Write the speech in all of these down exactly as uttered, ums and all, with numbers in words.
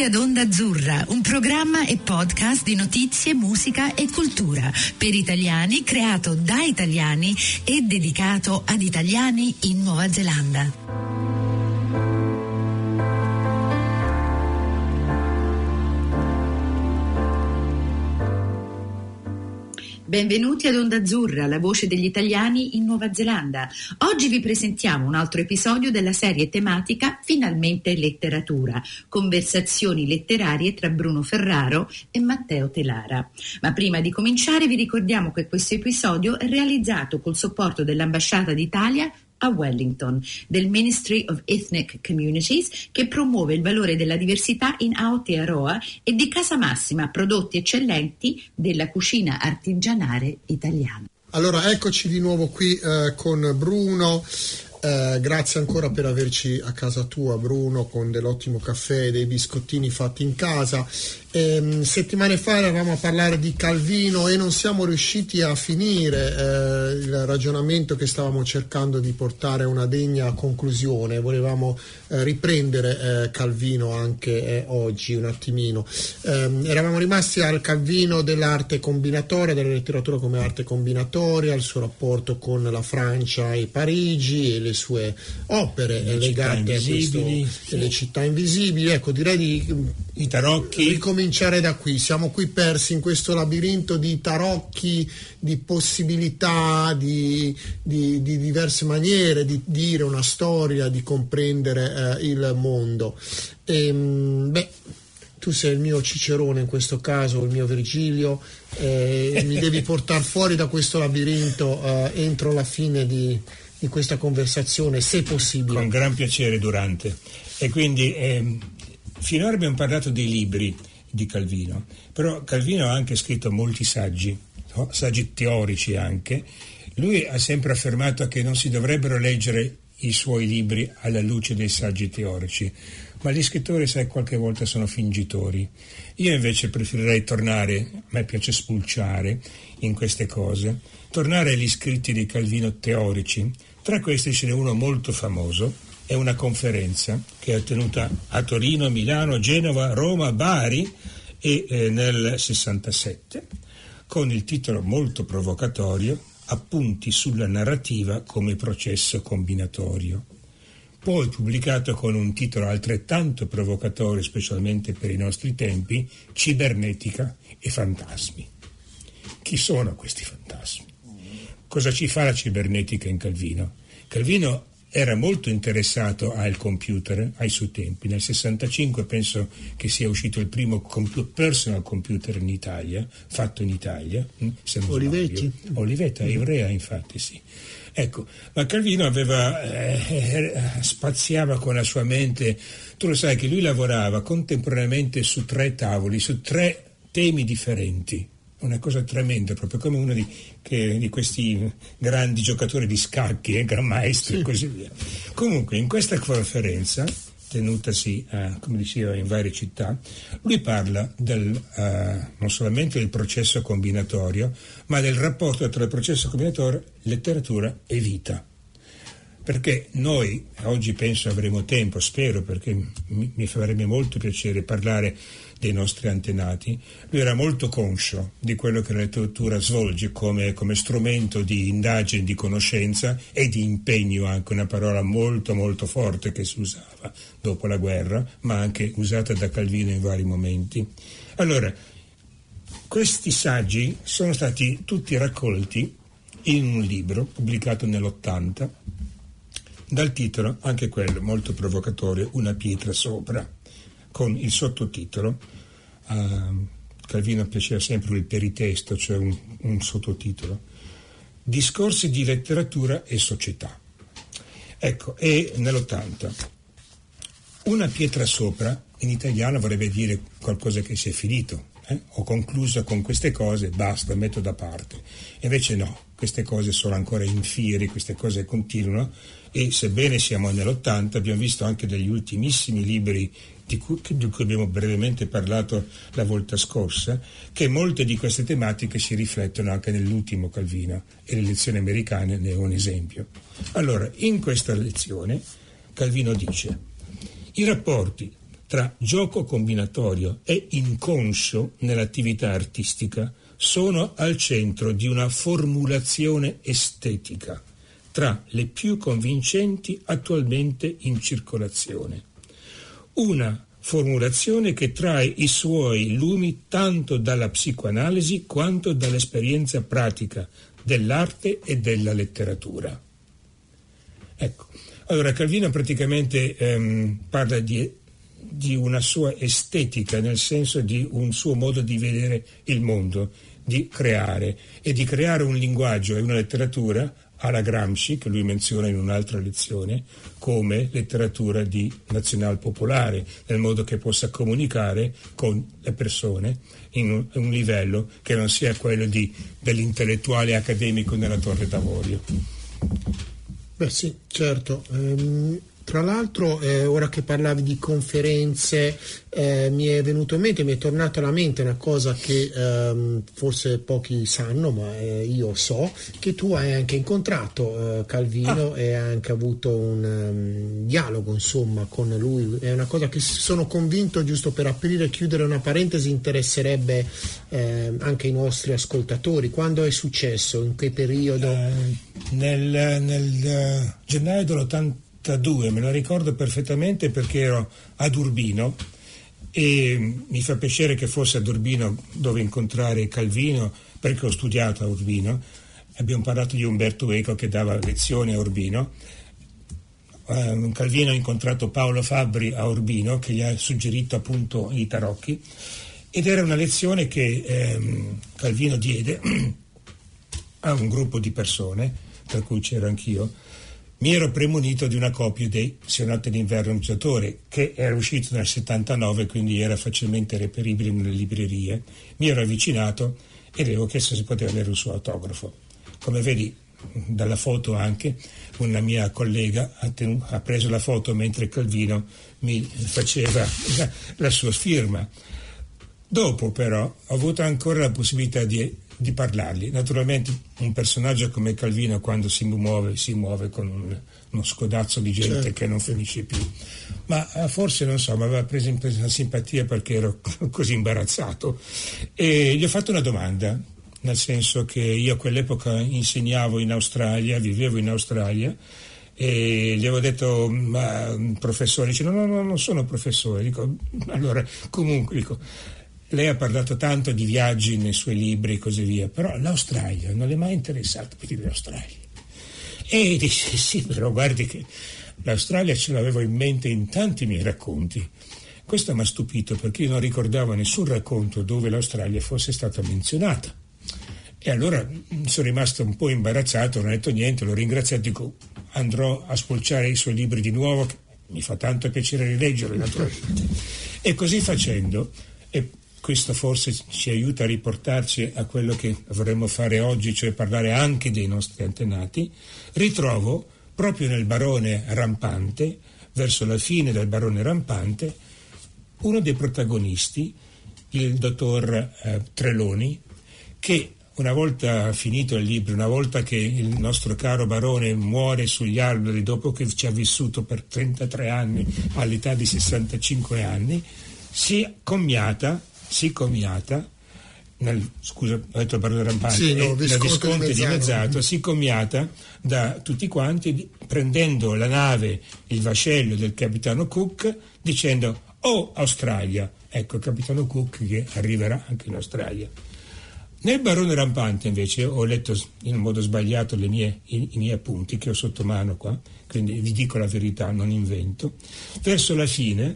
ad Onda Azzurra, un programma e podcast di notizie, musica e cultura per italiani, creato da italiani e dedicato ad italiani in Nuova Zelanda. Benvenuti ad Onda Azzurra, la voce degli italiani in Nuova Zelanda. Oggi vi presentiamo un altro episodio della serie tematica Finalmente Letteratura, conversazioni letterarie tra Bruno Ferraro e Matteo Telara. Ma prima di cominciare vi ricordiamo che questo episodio è realizzato col supporto dell'Ambasciata d'Italia a Wellington, del Ministry of Ethnic Communities, che promuove il valore della diversità in Aotearoa, e di Casa Massima, prodotti eccellenti della cucina artigianale italiana. Allora, eccoci di nuovo qui eh, con Bruno. Eh, grazie ancora per averci a casa tua, Bruno, con dell'ottimo caffè e dei biscottini fatti in casa. Eh, settimane fa eravamo a parlare di Calvino e non siamo riusciti a finire eh, il ragionamento che stavamo cercando di portare a una degna conclusione. Volevamo eh, riprendere eh, Calvino anche eh, oggi un attimino. Eh, eravamo rimasti al Calvino dell'arte combinatoria, della letteratura come arte combinatoria, il suo rapporto con la Francia e Parigi e le sue opere le legate a questo, sì. Le città invisibili. Ecco, direi di i tarocchi. Ricominciare da qui. Siamo qui persi in questo labirinto di tarocchi, di possibilità, di, di, di diverse maniere di dire una storia, di comprendere eh, il mondo. E, beh, tu sei il mio Cicerone in questo caso, il mio Virgilio, eh, mi devi portare fuori da questo labirinto eh, entro la fine di, di questa conversazione, se possibile. Con gran piacere, Durante. E quindi eh, finora abbiamo parlato dei libri di Calvino, però Calvino ha anche scritto molti saggi, no? saggi teorici anche. Lui ha sempre affermato che non si dovrebbero leggere i suoi libri alla luce dei saggi teorici, ma gli scrittori, sai, qualche volta sono fingitori. Io invece preferirei tornare, a me piace spulciare in queste cose, tornare agli scritti di Calvino teorici. Tra questi ce n'è uno molto famoso, è una conferenza che è tenuta a Torino, Milano, Genova, Roma, Bari e eh, nel sessantasette, con il titolo molto provocatorio Appunti sulla narrativa come processo combinatorio. Poi pubblicato con un titolo altrettanto provocatorio, specialmente per i nostri tempi, Cibernetica e fantasmi. Chi sono questi fantasmi? Cosa ci fa la cibernetica in Calvino? Calvino era molto interessato al computer ai suoi tempi. Nel sessantacinque penso che sia uscito il primo compu- personal computer in Italia, fatto in Italia. Se non Olivetti. Sbaglio. Olivetta, Ivrea, infatti, sì. Ecco, ma Calvino aveva, eh, spaziava con la sua mente. Tu lo sai che lui lavorava contemporaneamente su tre tavoli, su tre temi differenti. Una cosa tremenda, proprio come uno di, che, di questi grandi giocatori di scacchi, eh, gran maestri, sì. E così via. Comunque, in questa conferenza, tenutasi, uh, come diceva, in varie città, lui parla del, uh, non solamente del processo combinatorio, ma del rapporto tra il processo combinatorio, letteratura e vita. Perché noi, oggi penso avremo tempo, spero, perché mi, mi farebbe molto piacere parlare dei nostri antenati. Lui era molto conscio di quello che la letteratura svolge come, come strumento di indagine, di conoscenza e di impegno, anche una parola molto molto forte che si usava dopo la guerra, ma anche usata da Calvino in vari momenti. Allora, questi saggi sono stati tutti raccolti in un libro pubblicato nell'ottanta, dal titolo, anche quello molto provocatorio, Una pietra sopra, con il sottotitolo, uh, Calvino piaceva sempre il peritesto, cioè un, un sottotitolo, Discorsi di letteratura e società. Ecco, e nell'ottanta, Una pietra sopra, in italiano vorrebbe dire qualcosa che si è finito, eh? Ho concluso con queste cose, basta, metto da parte. Invece no, queste cose sono ancora in fieri, queste cose continuano, e sebbene siamo nell'ottanta abbiamo visto anche degli ultimissimi libri di cui, di cui abbiamo brevemente parlato la volta scorsa, che molte di queste tematiche si riflettono anche nell'ultimo Calvino, e le lezioni americane ne è un esempio. Allora, in questa lezione Calvino dice: i rapporti tra gioco combinatorio e inconscio nell'attività artistica sono al centro di una formulazione estetica tra le più convincenti attualmente in circolazione. Una formulazione che trae i suoi lumi tanto dalla psicoanalisi quanto dall'esperienza pratica dell'arte e della letteratura. Ecco, allora Calvino praticamente ehm, parla di, di una sua estetica, nel senso di un suo modo di vedere il mondo, di creare e di creare un linguaggio e una letteratura alla Gramsci, che lui menziona in un'altra lezione, come letteratura di nazionalpopolare, nel modo che possa comunicare con le persone in un, un livello che non sia quello di, dell'intellettuale accademico nella Torre d'Avorio. Beh sì, certo. Ehm, tra l'altro, eh, ora che parlavi di conferenze, eh, mi è venuto in mente, mi è tornata alla mente una cosa che ehm, forse pochi sanno, ma eh, io so, che tu hai anche incontrato eh, Calvino ah. e hai anche avuto un um, dialogo, insomma, con lui. È una cosa che sono convinto, giusto per aprire e chiudere una parentesi, interesserebbe eh, anche i nostri ascoltatori. Quando è successo? In che periodo? Eh, nel, nel uh, gennaio dell'ottanta me lo ricordo perfettamente perché ero ad Urbino e mi fa piacere che fosse ad Urbino dove incontrare Calvino, perché ho studiato a Urbino. Abbiamo parlato di Umberto Eco che dava lezioni a Urbino. um, Calvino ha incontrato Paolo Fabbri a Urbino che gli ha suggerito appunto i tarocchi, ed era una lezione che ehm, Calvino diede a un gruppo di persone, tra cui c'ero anch'io. Mi ero premunito di una copia dei Sonate d'inverno annunciatore, che era uscito nel settantanove, quindi era facilmente reperibile nelle librerie. Mi ero avvicinato e avevo chiesto se poteva avere un suo autografo. Come vedi dalla foto anche, una mia collega ha, ten- ha preso la foto mentre Calvino mi faceva la, la sua firma. Dopo però ho avuto ancora la possibilità di di parlargli. Naturalmente un personaggio come Calvino, quando si muove si muove con un, uno scodazzo di gente, certo, che non finisce più, ma forse non so, mi aveva preso in presa simpatia perché ero così imbarazzato e gli ho fatto una domanda, nel senso che io a quell'epoca insegnavo in Australia, vivevo in Australia, e gli avevo detto: ma professore? Dice: no, no, no, non sono professore. Dico: allora, comunque, dico, lei ha parlato tanto di viaggi nei suoi libri e così via, però l'Australia non le è mai interessato per dire l'Australia. E dice: sì, però guardi che l'Australia ce l'avevo in mente in tanti miei racconti. Questo mi ha stupito perché io non ricordavo nessun racconto dove l'Australia fosse stata menzionata. E allora sono rimasto un po' imbarazzato, non ho detto niente, l'ho ringraziato, dico: andrò a spulciare i suoi libri di nuovo, che mi fa tanto piacere rileggerli, naturalmente. E così facendo, e questo forse ci aiuta a riportarci a quello che vorremmo fare oggi, cioè parlare anche dei nostri antenati, ritrovo proprio nel Barone Rampante, verso la fine del Barone Rampante, uno dei protagonisti, il dottor eh, Treloni, che una volta finito il libro, una volta che il nostro caro barone muore sugli alberi dopo che ci ha vissuto per trentatré anni all'età di sessantacinque anni, si commiata si commiata nel, scusa, ho detto Barone Rampante, sì, no, da Visconte dimezzato, si commiata da tutti quanti, prendendo la nave, il vascello del capitano Cook, dicendo: oh, Australia. Ecco il capitano Cook che arriverà anche in Australia. Nel Barone Rampante invece ho letto in modo sbagliato le mie, i, i miei appunti che ho sotto mano qua, quindi vi dico la verità, non invento. Verso la fine,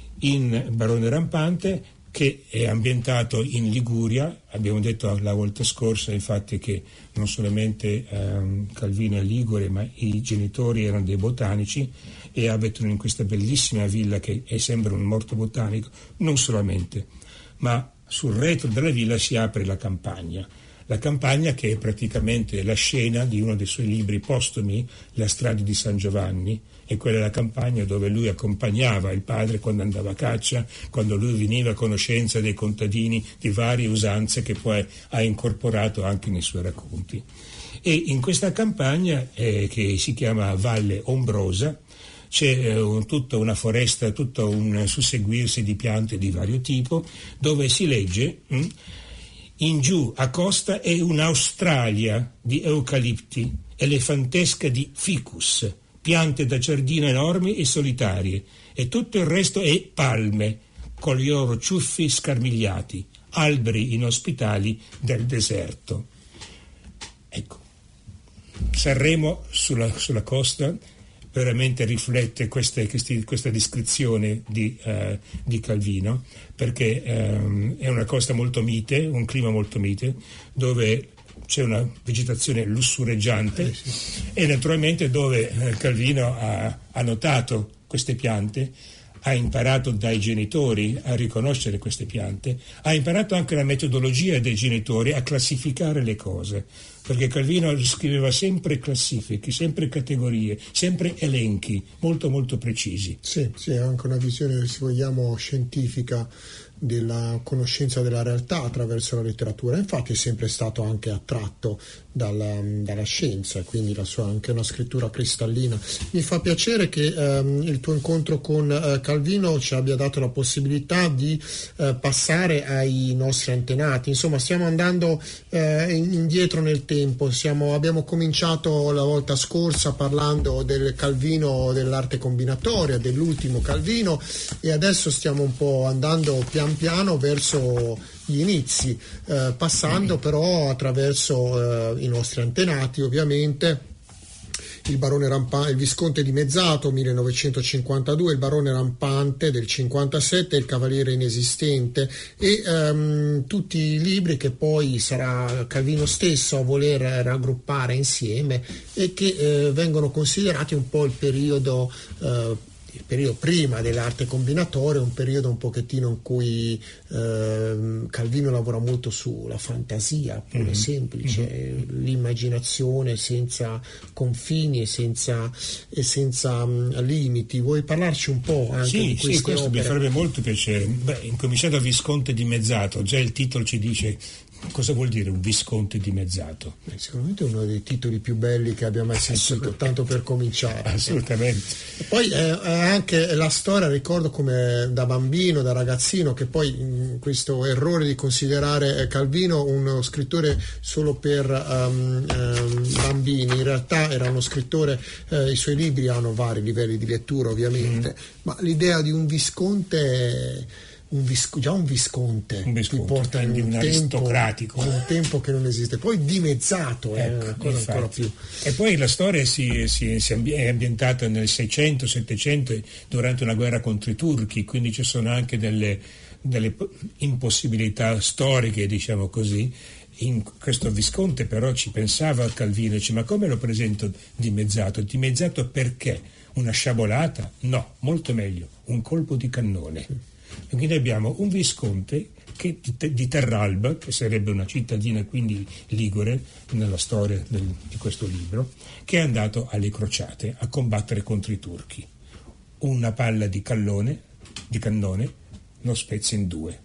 in Barone Rampante, che è ambientato in Liguria, abbiamo detto la volta scorsa infatti che non solamente ehm, Calvino è ligure, ma i genitori erano dei botanici e abitano in questa bellissima villa che è, sembra un morto botanico, non solamente, ma sul retro della villa si apre la campagna. La campagna che è praticamente la scena di uno dei suoi libri postumi, La strada di San Giovanni, e quella è la campagna dove lui accompagnava il padre quando andava a caccia, quando lui veniva a conoscenza dei contadini, di varie usanze che poi ha incorporato anche nei suoi racconti. E in questa campagna, eh, che si chiama Valle Ombrosa, c'è eh, tutta una foresta, tutto un susseguirsi di piante di vario tipo, dove si legge mh, in giù a costa è un'Australia di eucalipti, elefantesca di ficus, piante da giardino enormi e solitarie, e tutto il resto è palme, con gli loro ciuffi scarmigliati, alberi inospitali del deserto. Ecco, Sanremo sulla, sulla costa veramente riflette queste, questi, questa descrizione di, uh, di Calvino, perché um, è una costa molto mite, un clima molto mite, dove c'è una vegetazione lussureggiante, eh sì. e naturalmente dove uh, Calvino ha, ha notato queste piante, ha imparato dai genitori a riconoscere queste piante, ha imparato anche la metodologia dei genitori a classificare le cose, perché Calvino scriveva sempre classifiche, sempre categorie, sempre elenchi molto molto precisi. Sì, sì, ha anche una visione, se vogliamo, scientifica della conoscenza della realtà attraverso la letteratura. Infatti è sempre stato anche attratto dalla, dalla scienza, quindi la sua anche una scrittura cristallina. Mi fa piacere che ehm, il tuo incontro con eh, Calvino ci abbia dato la possibilità di eh, passare ai nostri antenati. Insomma, stiamo andando eh, indietro nel tempo. Siamo, abbiamo cominciato la volta scorsa parlando del Calvino dell'arte combinatoria, dell'ultimo Calvino, e adesso stiamo un po' andando pian piano verso gli inizi, eh, passando però attraverso eh, i nostri antenati, ovviamente. Il barone Rampante, il Visconte di Mezzato millenovecentocinquantadue, il barone Rampante del cinquantasette, il Cavaliere Inesistente, e ehm, tutti i libri che poi sarà Calvino stesso a voler raggruppare insieme e che eh, vengono considerati un po' il periodo eh, il periodo prima dell'arte combinatoria, un periodo un pochettino in cui eh, Calvino lavora molto sulla fantasia pure, mm-hmm. semplice, mm-hmm. l'immaginazione senza confini e senza, e senza um, limiti. Vuoi parlarci un po' anche sì, di queste sì, questo opere? Mi farebbe molto piacere. Beh, incominciato a Visconte di Mezzato, già il titolo ci dice cosa vuol dire un Visconte dimezzato. Eh, sicuramente è uno dei titoli più belli che abbia mai sentito, tanto per cominciare. Assolutamente. E poi eh, anche la storia, ricordo come da bambino, da ragazzino, che poi mh, questo errore di considerare Calvino uno scrittore solo per um, um, bambini, in realtà era uno scrittore, eh, i suoi libri hanno vari livelli di lettura ovviamente, mm. ma l'idea di un Visconte... Un visco, già un visconte, un visconte ti porta in un, un tempo, aristocratico, un tempo che non esiste, poi dimezzato, è ecco, una cosa infatti. Ancora più. E poi la storia si, si, si è ambientata nel seicento settecento durante una guerra contro i turchi, quindi ci sono anche delle, delle impossibilità storiche, diciamo così. In questo Visconte però ci pensava Calvino, dice: ma come lo presento dimezzato? Dimezzato perché? Una sciabolata? No, molto meglio, un colpo di cannone. E quindi abbiamo un Visconte che, di, di Terralba, che sarebbe una cittadina quindi ligure nella storia del, di questo libro, che è andato alle crociate a combattere contro i turchi. Una palla di cannone, di cannone lo spezza in due.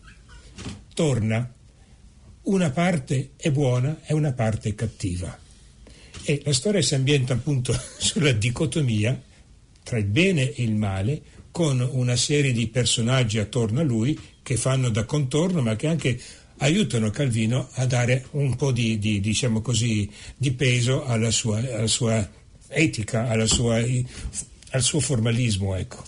Torna, una parte è buona e una parte è cattiva. E la storia si ambienta appunto sulla dicotomia tra il bene e il male, con una serie di personaggi attorno a lui che fanno da contorno, ma che anche aiutano Calvino a dare un po' di, di diciamo così, di peso alla sua, alla sua etica, alla sua, al suo formalismo, ecco.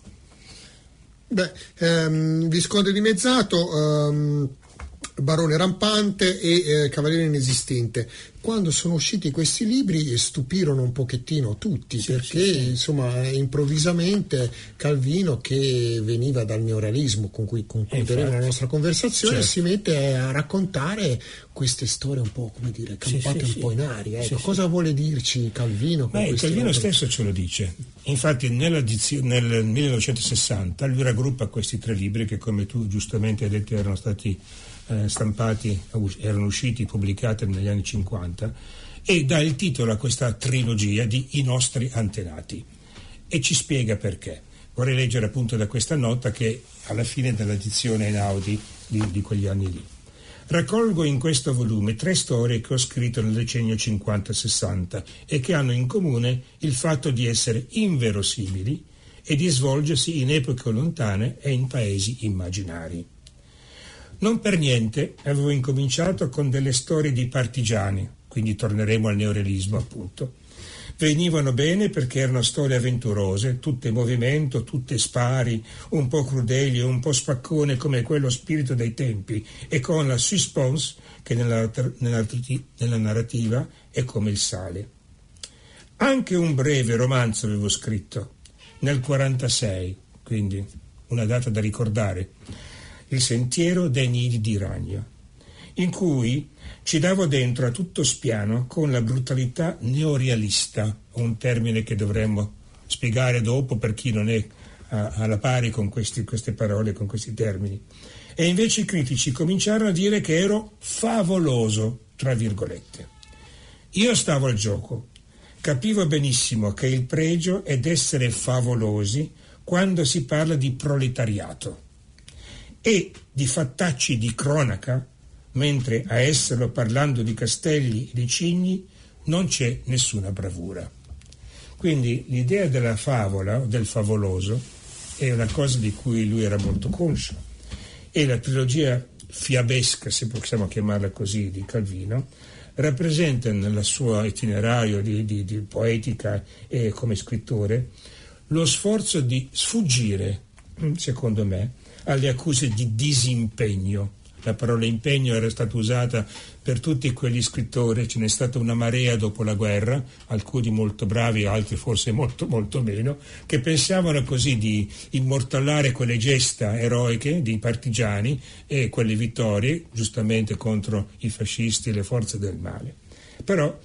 Beh, ehm, Visconte di Mezzato, ehm, Barone Rampante e eh, Cavaliere Inesistente. Quando sono usciti questi libri stupirono un pochettino tutti, sì, perché sì, sì. insomma improvvisamente Calvino, che veniva dal neorealismo con cui concluderemo la nostra conversazione, certo. si mette a raccontare queste storie un po', come dire, campate sì, sì, un po' in aria. Ecco, sì, cosa sì. vuole dirci Calvino? Con Beh, Calvino opere? stesso ce lo dice. Infatti nel millenovecentosessanta lui raggruppa questi tre libri che, come tu giustamente hai detto, erano stati eh, stampati, erano usciti, pubblicati negli anni cinquanta, e dà il titolo a questa trilogia di I nostri antenati e ci spiega perché. Vorrei leggere appunto da questa nota che alla fine dell'edizione Einaudi di, di quegli anni lì. Raccolgo in questo volume tre storie che ho scritto nel decennio cinquanta sessanta e che hanno in comune il fatto di essere inverosimili e di svolgersi in epoche lontane e in paesi immaginari. Non per niente avevo incominciato con delle storie di partigiani, quindi torneremo al neorealismo appunto. Venivano bene perché erano storie avventurose, tutte in movimento, tutte spari, un po' crudeli, un po' spaccone come quello spirito dei tempi, e con la suspense che nella, nella, nella narrativa è come il sale. Anche un breve romanzo avevo scritto nel quarantasei, quindi una data da ricordare, Il sentiero dei nidi di ragno, in cui ci davo dentro a tutto spiano con la brutalità neorealista, un termine che dovremmo spiegare dopo per chi non è a, alla pari con questi, queste parole, con questi termini. E invece i critici cominciarono a dire che ero favoloso, tra virgolette. Io stavo al gioco, capivo benissimo che il pregio è d'essere favolosi quando si parla di proletariato e di fattacci di cronaca, mentre a esserlo parlando di castelli e di cigni non c'è nessuna bravura. Quindi l'idea della favola o del favoloso è una cosa di cui lui era molto conscio, e la trilogia fiabesca, se possiamo chiamarla così, di Calvino rappresenta nel suo itinerario di, di, di poetica e come scrittore lo sforzo di sfuggire, secondo me, alle accuse di disimpegno. La parola impegno era stata usata per tutti quegli scrittori, ce n'è stata una marea dopo la guerra, alcuni molto bravi, altri forse molto molto meno, che pensavano così di immortalare quelle gesta eroiche dei partigiani e quelle vittorie, giustamente contro i fascisti e le forze del male. Però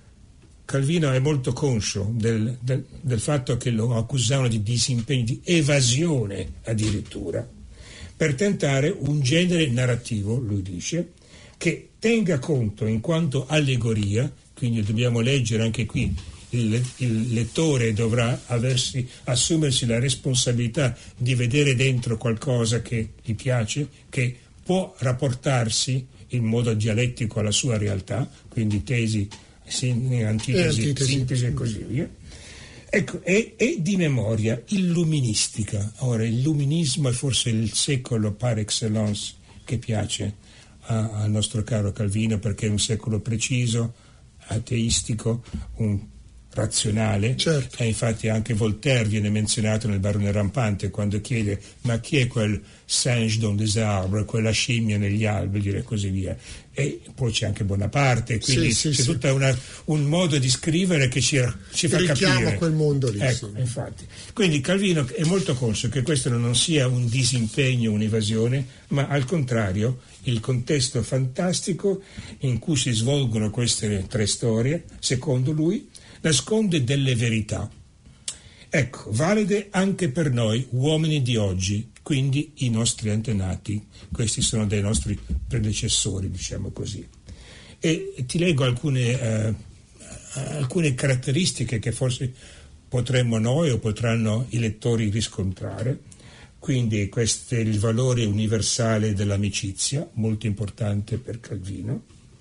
Calvino è molto conscio del, del, del fatto che lo accusavano di disimpegno, di evasione addirittura, per tentare un genere narrativo, lui dice, che tenga conto in quanto allegoria, quindi dobbiamo leggere anche qui, il, il lettore dovrà aversi, assumersi la responsabilità di vedere dentro qualcosa che gli piace, che può rapportarsi in modo dialettico alla sua realtà, quindi tesi, sin, antitesi, antitesi. sintesi e così via. Ecco, è, è di memoria illuministica. Ora, il luminismo è forse il secolo par excellence che piace a, al nostro caro Calvino, perché è un secolo preciso, ateistico, un razionale. Certo. E infatti anche Voltaire viene menzionato nel Barone Rampante quando chiede ma chi è quel singe dans les arbres, quella scimmia negli alberi e così via. E poi c'è anche Bonaparte, quindi sì, sì, c'è sì. tutto un modo di scrivere che ci, ci fa richiama capire quel mondo lì. Ecco, sì. infatti. Quindi Calvino è molto conscio che questo non sia un disimpegno, un'evasione, ma al contrario il contesto fantastico in cui si svolgono queste tre storie, secondo lui, nasconde delle verità, ecco, valide anche per noi uomini di oggi, quindi i nostri antenati. Questi sono dei nostri predecessori, diciamo così. E ti leggo alcune, eh, alcune caratteristiche che forse potremmo noi o potranno i lettori riscontrare. Quindi questo è il valore universale dell'amicizia, molto importante per Calvino,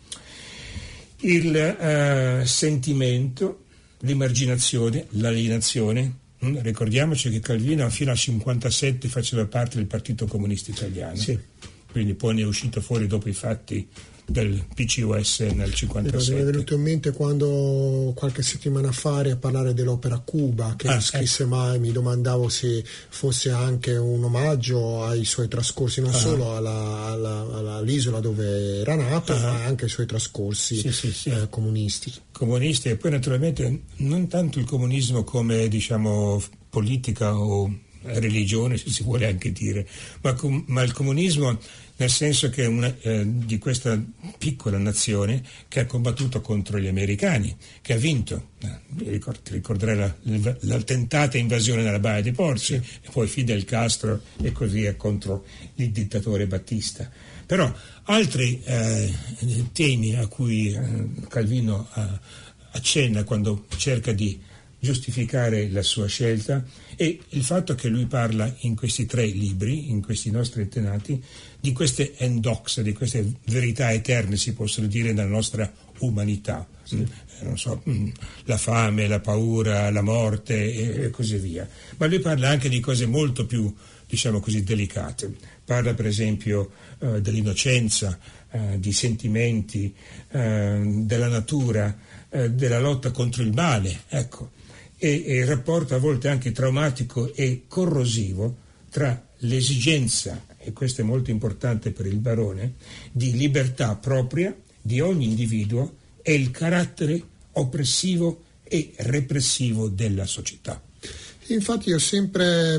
il eh, sentimento, l'emarginazione, l'alienazione. Mm? Ricordiamoci che Calvino fino al cinquantasette faceva parte del Partito Comunista Italiano, sì. Quindi poi ne è uscito fuori dopo i fatti del P C U S nel cinquantasette. Mi è venuto in mente quando qualche settimana fa a parlare dell'opera Cuba che ah, scrisse ecco. mai, mi domandavo se fosse anche un omaggio ai suoi trascorsi, non ah. solo alla, alla, alla, all'isola dove era nato, ah. ma anche ai suoi trascorsi sì, sì, sì. Eh, comunisti. Comunisti, e poi naturalmente non tanto il comunismo come, diciamo, politica o religione, se si vuole anche dire, ma, com- ma il comunismo nel senso che una, eh, di questa piccola nazione che ha combattuto contro gli americani, che ha vinto, eh, ricord- ti ricorderai la, la, la tentata invasione nella Baia di Porci, sì. E poi Fidel Castro e così via contro il dittatore Battista. Però altri eh, temi a cui eh, Calvino eh, accenna quando cerca di giustificare la sua scelta, e il fatto che lui parla in questi tre libri, in questi nostri antenati, di queste endox, di queste verità eterne, si possono dire, nella nostra umanità. Sì. Non so, la fame, la paura, la morte e così via. Ma lui parla anche di cose molto più, diciamo così, delicate. Parla per esempio eh, dell'innocenza, eh, di sentimenti, eh, della natura, eh, della lotta contro il male, ecco. E, e il rapporto a volte anche traumatico e corrosivo tra l'esigenza, e questo è molto importante per il barone, di libertà propria di ogni individuo e il carattere oppressivo e repressivo della società. Infatti io sempre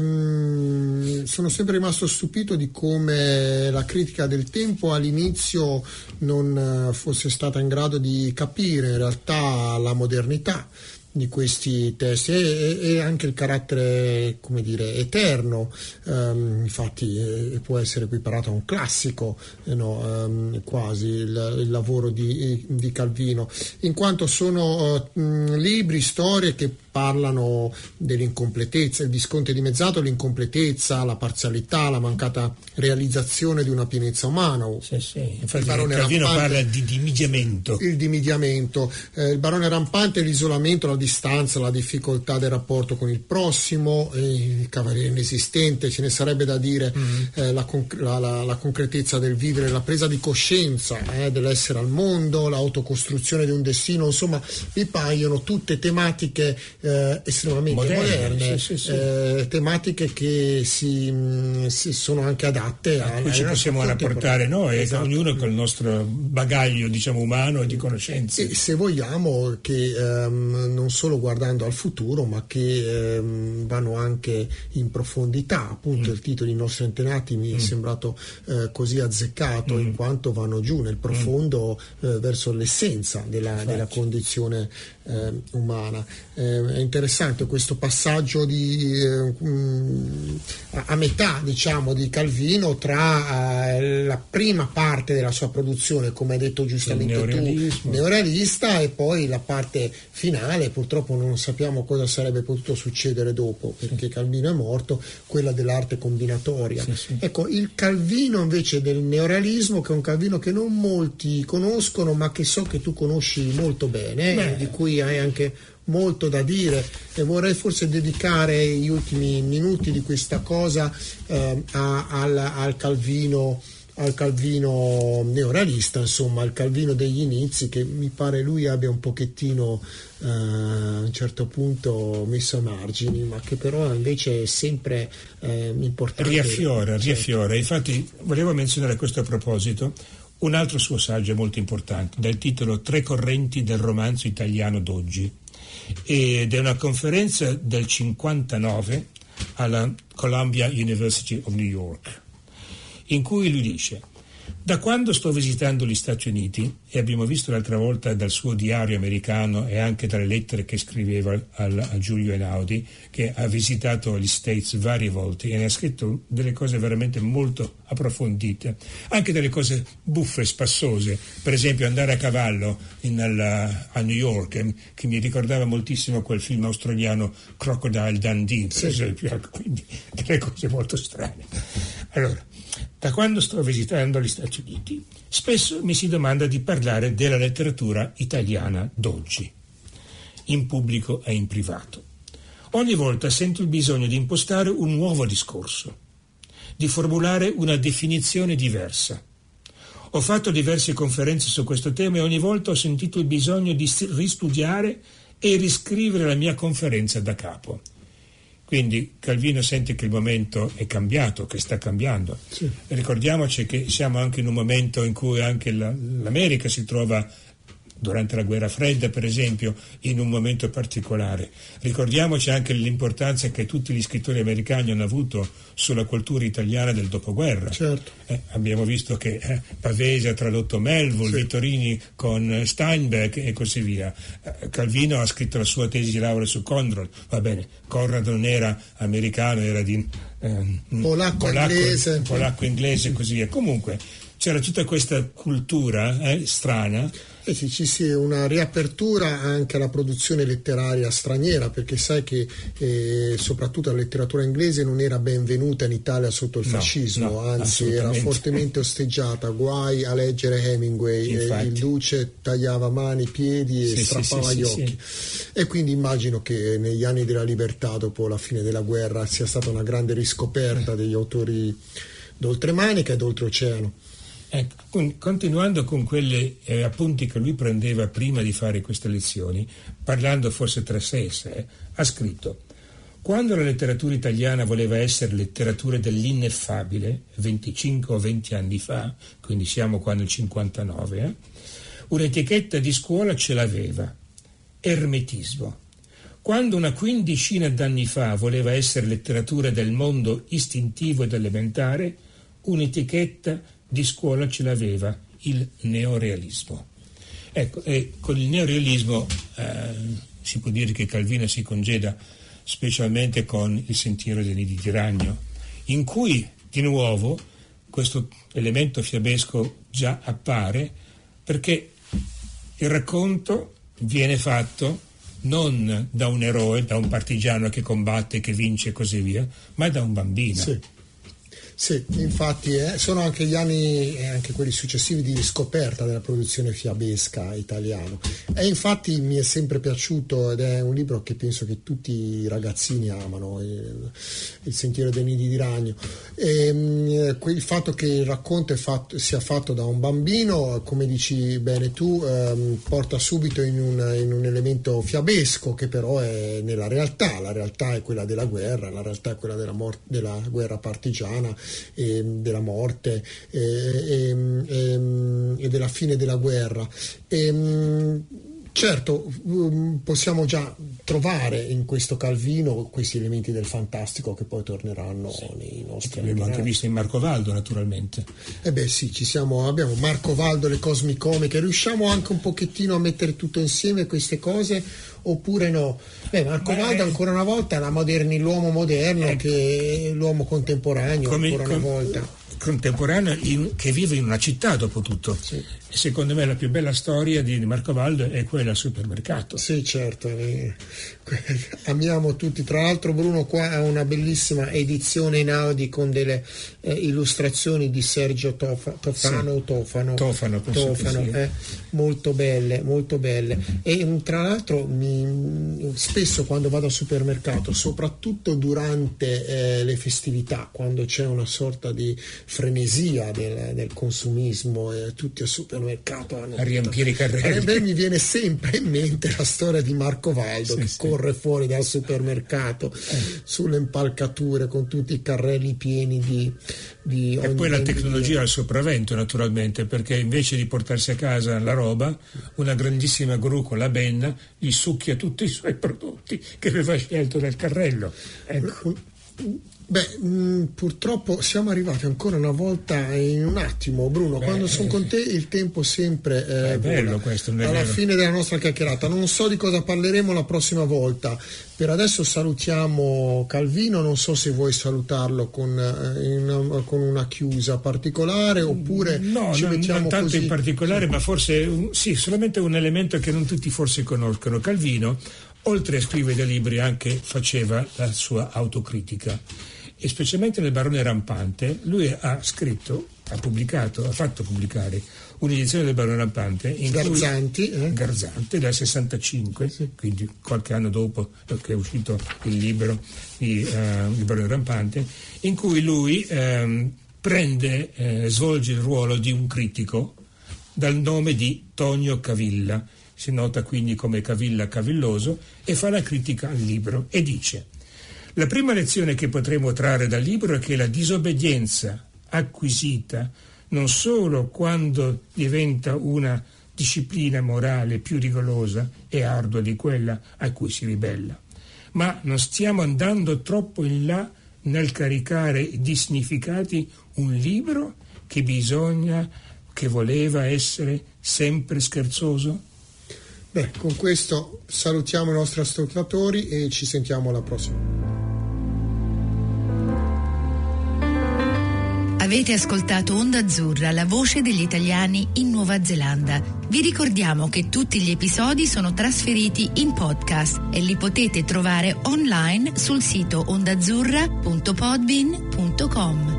mh, sono sempre rimasto stupito di come la critica del tempo all'inizio non fosse stata in grado di capire in realtà la modernità di questi testi e, e anche il carattere, come dire, eterno. Um, infatti eh, può essere equiparato a un classico, eh, no, um, quasi il, il lavoro di, di Calvino, in quanto sono uh, libri, storie che parlano dell'incompletezza, il Visconte dimezzato, l'incompletezza, la parzialità, la mancata realizzazione di una pienezza umana. Sì, sì. Infatti il Calvino rampante, parla di dimidiamento. Il dimidiamento, eh, il barone rampante, l'isolamento, la distanza, la difficoltà del rapporto con il prossimo, eh, il cavaliere inesistente, ce ne sarebbe da dire, mm-hmm. eh, la, conc- la, la, la concretezza del vivere, la presa di coscienza eh, dell'essere al mondo, l'autocostruzione di un destino, insomma mi paiono tutte tematiche Eh, estremamente moderne, moderne sì, sì, sì. Eh, tematiche che si, mh, si sono anche adatte a cui ci possiamo rapportare noi, esatto. Ognuno con il nostro bagaglio, diciamo, umano e di conoscenze. E se vogliamo che ehm, non solo guardando al futuro, ma che ehm, vanno anche in profondità, appunto mm. il titolo dei nostri antenati mi mm. è sembrato eh, così azzeccato mm. in quanto vanno giù nel profondo mm. eh, verso l'essenza della, della condizione eh, umana. Eh, è interessante questo passaggio di, eh, a, a metà, diciamo, di Calvino tra eh, la prima parte della sua produzione, come hai detto giustamente tu, neorealista, e poi la parte finale. Purtroppo non sappiamo cosa sarebbe potuto succedere dopo, perché Calvino è morto, quella dell'arte combinatoria. Sì, sì. Ecco, il Calvino invece del neorealismo, che è un Calvino che non molti conoscono, ma che so che tu conosci molto bene, eh, di cui hai anche molto da dire, e vorrei forse dedicare gli ultimi minuti di questa cosa eh, a, al, al Calvino al Calvino neorealista, insomma al Calvino degli inizi, che mi pare lui abbia un pochettino eh, a un certo punto messo a margini, ma che però invece è sempre eh, importante. Riaffiora, riaffiora. Infatti volevo menzionare a questo proposito un altro suo saggio molto importante, dal titolo Tre correnti del romanzo italiano d'oggi, ed è una conferenza del cinquantanove alla Columbia University of New York, in cui lui dice: da quando sto visitando gli Stati Uniti, e abbiamo visto l'altra volta dal suo diario americano e anche dalle lettere che scriveva al, a Giulio Einaudi, che ha visitato gli States varie volte e ne ha scritto delle cose veramente molto approfondite, anche delle cose buffe, spassose, per esempio andare a cavallo in, alla, a New York, che mi ricordava moltissimo quel film australiano Crocodile Dundee, per esempio, quindi delle cose molto strane. Allora, da quando sto visitando gli Stati Uniti, spesso mi si domanda di parlare della letteratura italiana d'oggi, in pubblico e in privato. Ogni volta sento il bisogno di impostare un nuovo discorso, di formulare una definizione diversa. Ho fatto diverse conferenze su questo tema e ogni volta ho sentito il bisogno di ristudiare e riscrivere la mia conferenza da capo. Quindi Calvino sente che il momento è cambiato, che sta cambiando. Sì. Ricordiamoci che siamo anche in un momento in cui anche la, l'America si trova, durante la guerra fredda per esempio, in un momento particolare. Ricordiamoci anche l'importanza che tutti gli scrittori americani hanno avuto sulla cultura italiana del dopoguerra. Certo. Eh, abbiamo visto che eh, Pavese ha tradotto Melville, sì. Vittorini con Steinbeck e così via. Eh, Calvino ha scritto la sua tesi di laurea su Conrad. Va bene, Conrad non era americano, era di eh, polacco, polacco inglese, polacco inglese e così via. Comunque c'era tutta questa cultura eh, strana. Eh sì, ci sia una riapertura anche alla produzione letteraria straniera, perché sai che eh, soprattutto la letteratura inglese non era benvenuta in Italia sotto il no, fascismo, no, anzi era fortemente osteggiata, guai a leggere Hemingway, eh, il duce tagliava mani, piedi e sì, strappava sì, gli sì, occhi. Sì. E quindi immagino che negli anni della libertà, dopo la fine della guerra, sia stata una grande riscoperta degli autori d'oltremanica e d'oltreoceano. Ecco, continuando con quegli eh, appunti che lui prendeva prima di fare queste lezioni, parlando forse tra sé e sé, ha scritto: quando la letteratura italiana voleva essere letteratura dell'ineffabile, venticinque o venti anni fa, quindi siamo qua nel cinquantanove, eh, un'etichetta di scuola ce l'aveva, ermetismo. Quando una quindicina d'anni fa voleva essere letteratura del mondo istintivo ed elementare, un'etichetta di scuola ce l'aveva, il neorealismo. Ecco, e con il neorealismo eh, si può dire che Calvino si congeda specialmente con il Sentiero dei nidi di ragno, in cui di nuovo questo elemento fiabesco già appare, perché il racconto viene fatto non da un eroe, da un partigiano che combatte, che vince e così via, ma da un bambino. Sì. Sì, infatti eh, sono anche gli anni, eh, anche quelli successivi, di riscoperta della produzione fiabesca italiana. E infatti mi è sempre piaciuto, ed è un libro che penso che tutti i ragazzini amano, il, il Sentiero dei nidi di ragno. E, mh, il fatto che il racconto è fatto, sia fatto da un bambino, come dici bene tu, ehm, porta subito in un, in un elemento fiabesco che però è nella realtà. La realtà è quella della guerra, la realtà è quella della, mor- della guerra partigiana, E della morte e, e, e, e della fine della guerra. E, certo, possiamo già trovare in questo Calvino questi elementi del fantastico che poi torneranno sì. nei nostri. Abbiamo anche visto in Marco Valdo, naturalmente. Eh beh sì, ci siamo, abbiamo Marco Valdo, le cosmicomiche, riusciamo anche un pochettino a mettere tutto insieme queste cose oppure no? Beh, Marco Beh, Valdo ancora una volta la moderni, l'uomo moderno, ecco, che l'uomo contemporaneo, come, ancora una com, volta contemporaneo in, che vive in una città dopo tutto. Sì. E secondo me la più bella storia di, di Marco Valdo è quella al supermercato. Sì, certo, eh, amiamo tutti. Tra l'altro Bruno qua ha una bellissima edizione in Audi con delle eh, illustrazioni di Sergio Tofa, Tofano sì. Tofano, Tofano, Tofano sì. eh, molto belle, molto belle. E tra l'altro mi, spesso quando vado al supermercato, soprattutto durante eh, le festività, quando c'è una sorta di frenesia del, del consumismo, eh, tutti al supermercato hanno a riempire i carrelli. Eh, beh, mi viene sempre in mente la storia di Marco Valdo sì, che sì. corre fuori dal supermercato eh. sulle impalcature con tutti i carrelli pieni di, di e poi la tecnologia ha il sopravvento naturalmente, perché invece di portarsi a casa la roba, una grandissima gru con la benna gli succhia tutti i suoi prodotti che aveva scelto dal carrello. Ecco. Beh, mh, purtroppo siamo arrivati ancora una volta in un attimo, Bruno. Beh, quando sono con te il tempo sempre eh, è bello questo, non è alla vero. Fine della nostra chiacchierata. Non so di cosa parleremo la prossima volta. Per adesso salutiamo Calvino, non so se vuoi salutarlo con, eh, in, con una chiusa particolare oppure no, ci non, mettiamo non tanto così. In particolare, ma forse sì, solamente un elemento che non tutti forse conoscono. Calvino, oltre a scrivere dei libri, anche faceva la sua autocritica. E specialmente nel Barone Rampante lui ha scritto, ha pubblicato, ha fatto pubblicare un'edizione del Barone Rampante in Garzanti, cui, eh? Garzanti del sessantacinque, sì. Quindi qualche anno dopo che è uscito il libro di uh, il Barone Rampante, in cui lui eh, prende, eh, svolge il ruolo di un critico dal nome di Tonio Cavilla, si nota quindi come Cavilla Cavilloso, e fa la critica al libro e dice: la prima lezione che potremo trarre dal libro è che la disobbedienza acquisita non solo quando diventa una disciplina morale più rigorosa e ardua di quella a cui si ribella, ma non stiamo andando troppo in là nel caricare di significati un libro che bisogna, che voleva essere sempre scherzoso? Beh, con questo salutiamo i nostri ascoltatori e ci sentiamo alla prossima. Avete ascoltato Onda Azzurra, la voce degli italiani in Nuova Zelanda. Vi ricordiamo che tutti gli episodi sono trasferiti in podcast e li potete trovare online sul sito ondazzurra punto podbean punto com.